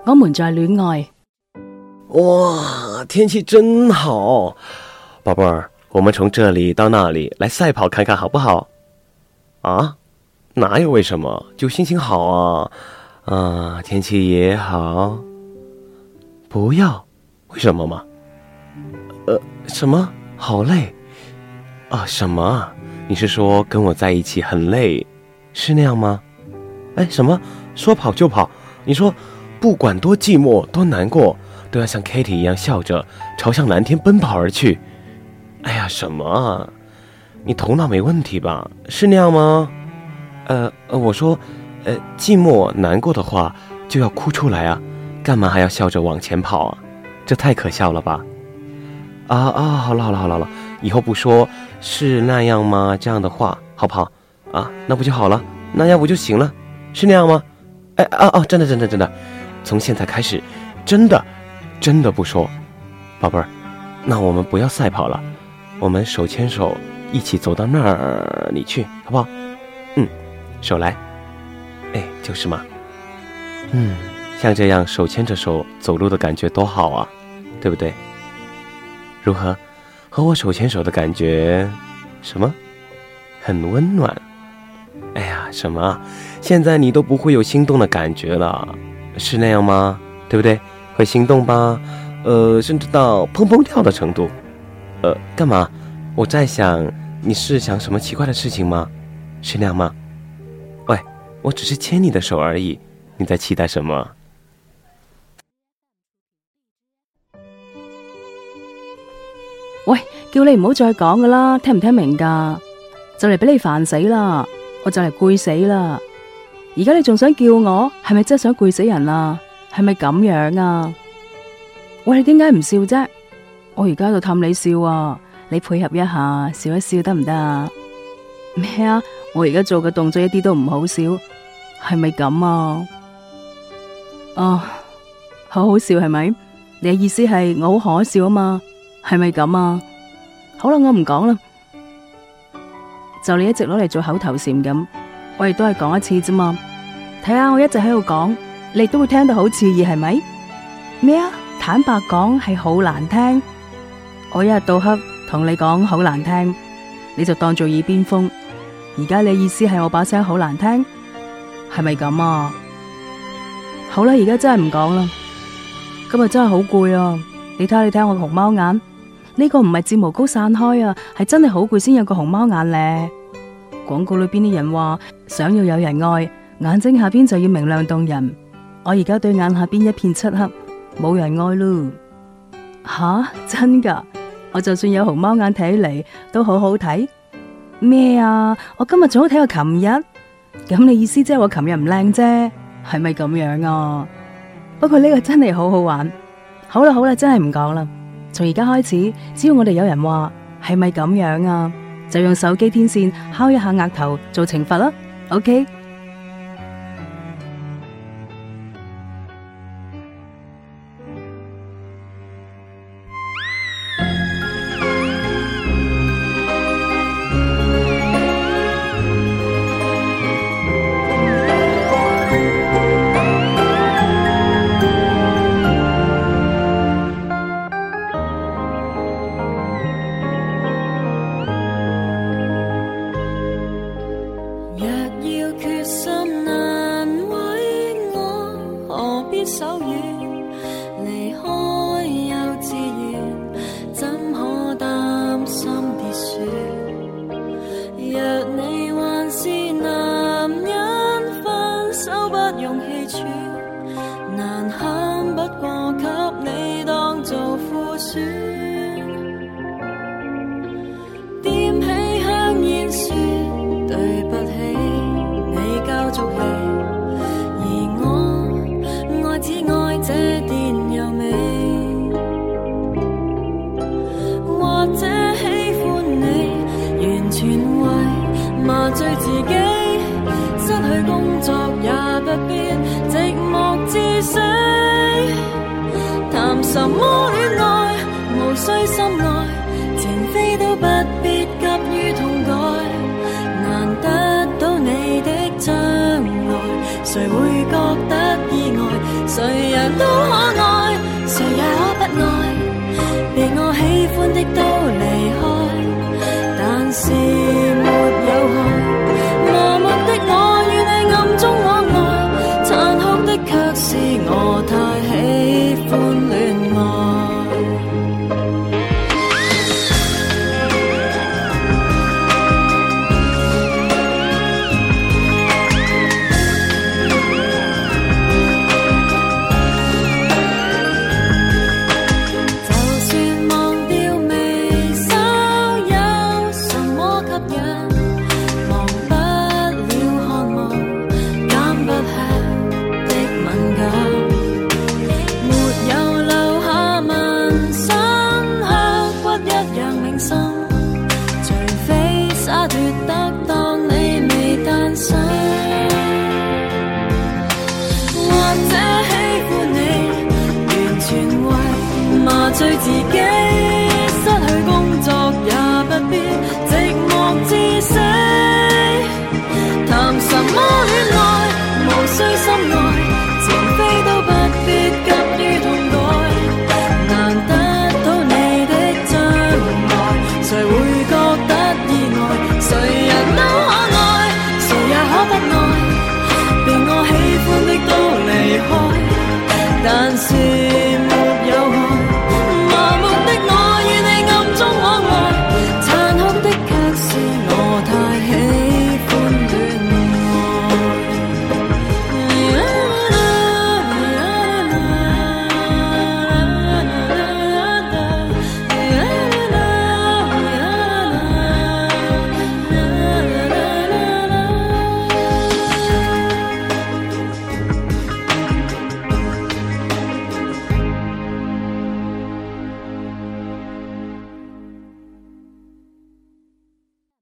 我們在戀愛。 哇，天氣真好，寶貝兒，我們從這裡到那裡來賽跑看看好不好？啊？哪有為什麼？就心情好啊，天氣也好。不要，為什麼嘛？什麼？好累啊？什麼？你是說跟我在一起很累，是那樣嗎？哎，什麼？說跑就跑？你說不管多寂寞多難過，都要像 Kitty 一樣笑着朝向藍天奔跑而去。哎呀，什麼？你頭腦沒問題吧？是那樣嗎？我說寂寞難過的話就要哭出來啊，幹嘛還要笑着往前跑啊？這太可笑了吧？好了，以後不說是那樣嗎這樣的話好不好啊？那不就好了，那要不就行了，是那樣嗎？真的，從現在開始真的不說。寶貝兒，那我們不要賽跑了，我們手牽手一起走到那裡去好不好？手來，就是嘛。像這樣手牽着手走路的感覺多好啊，對不對？如何？和我手牽手的感覺什麼？很溫暖。哎呀，什麼？現在你都不會有心動的感覺了，是那樣嗎？對不對？會心動吧？甚至到砰砰跳的程度。幹嘛？我在想，你是想什麼奇怪的事情嗎？是那樣嗎？喂，我只是牽你的手而已，你在期待什麼？ 喂，叫你唔好再講噶啦，聽唔聽明噶？就嚟俾你煩死啦，我就嚟攰死啦。而家你仲想叫我，係咪真係想攰死人啊？係咪咁樣啊？喂，你點解唔笑啫？我而家喺度氹你笑啊，你配合一下，笑一笑得唔得啊？咩啊？我而家做嘅動作一啲都唔好笑，係咪咁啊？好好笑係咪？你嘅意思係我好可笑啊嘛？係咪咁啊？好啦，我唔講啦，就你一直攞嚟做口頭禪咁，我亦都係講一次啫嘛。睇下我一直喺度講，你都會聽到好刺耳係咪？咩啊？坦白講係好難聽，我一日到黑同你講好難聽，你就當做耳邊風。而家你意思係我把聲好難聽，係咪咁啊？好啦，而家真係唔講啦，今日真係好攰啊！你睇我個熊貓眼，呢個唔係睫毛膏散開啊，係真係好攰先有個熊貓眼咧。廣告裏邊啲人話，想要有人愛，眼睛下邊就要明亮動人。我而家對眼下邊一片漆黑，冇人愛咯。吓，真噶？我就算有熊貓眼睇起嚟都好好睇。咩啊？我今日仲好睇過琴日，咁你意思即係我琴日唔靚啫？係咪咁樣啊？不過呢個真係好好玩。好啦，真係唔講啦。從而家開始，只要我哋有人話係咪咁樣啊，就用手機天線敲一下額頭做懲罰啦。OK？ 手軟，離開幼稚園，怎可擔心跌雪？若你還是男人，分手不用氣喘，難堪不過給你當做副選，點起香煙說對不起，你交足氣。只愛這電郵美，或者喜歡你，完全為麻醉自己，失去工作也不必寂寞至死。談什麼戀愛，無需心愛，情非都不必急於痛改。難得到你的將來，誰會覺得意外？誰人都者喜歡你，完全為麻醉自己。